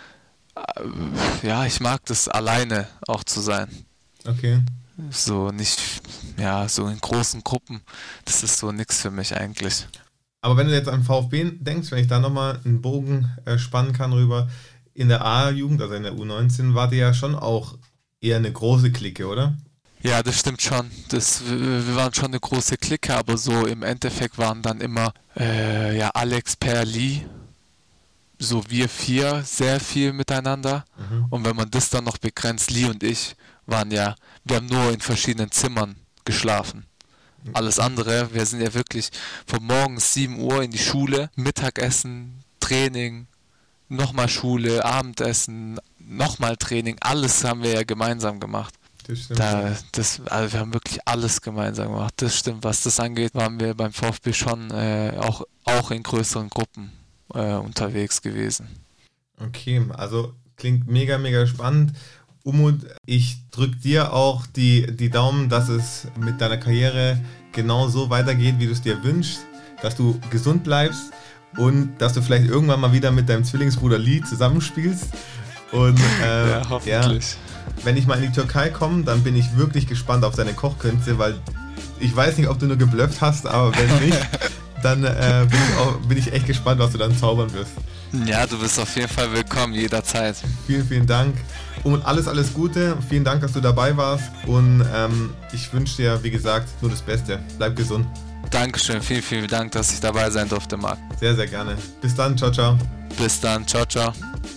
äh, ja, ich mag das alleine auch zu sein. Okay. So nicht, ja, so in großen Gruppen, das ist so nix für mich eigentlich. Aber wenn du jetzt an VfB denkst, wenn ich da nochmal einen Bogen äh, spannen kann rüber, in der A-Jugend, also in der U neunzehn, wart ihr ja schon auch eher eine große Clique, oder? Ja, das stimmt schon. Das, wir waren schon eine große Clique, aber so im Endeffekt waren dann immer äh, ja, Alex, Per, Lee, so wir vier sehr viel miteinander. Mhm. Und wenn man das dann noch begrenzt, Lee und ich waren ja, wir haben nur in verschiedenen Zimmern geschlafen. Alles andere, wir sind ja wirklich von morgens sieben Uhr in die Schule, Mittagessen, Training, nochmal Schule, Abendessen, nochmal Training, alles haben wir ja gemeinsam gemacht. Das stimmt. Da, das, also wir haben wirklich alles gemeinsam gemacht. Das stimmt. Was das angeht, waren wir beim VfB schon äh, auch, auch in größeren Gruppen äh, unterwegs gewesen. Okay, also klingt mega, mega spannend. Umut, ich drücke dir auch die, die Daumen, dass es mit deiner Karriere genau so weitergeht, wie du es dir wünschst, dass du gesund bleibst und dass du vielleicht irgendwann mal wieder mit deinem Zwillingsbruder Lee zusammenspielst. Und äh, ja, hoffentlich. Ja, wenn ich mal in die Türkei komme, dann bin ich wirklich gespannt auf deine Kochkünste, weil ich weiß nicht, ob du nur geblufft hast, aber wenn nicht, dann äh, bin, ich auch, bin ich echt gespannt, was du dann zaubern wirst. Ja, du bist auf jeden Fall willkommen, jederzeit. Vielen, vielen Dank und alles, alles Gute. Vielen Dank, dass du dabei warst und ähm, ich wünsche dir, wie gesagt, nur das Beste. Bleib gesund. Dankeschön, vielen, vielen Dank, dass ich dabei sein durfte, Marc. Sehr, sehr gerne. Bis dann, ciao, ciao. Bis dann, ciao, ciao.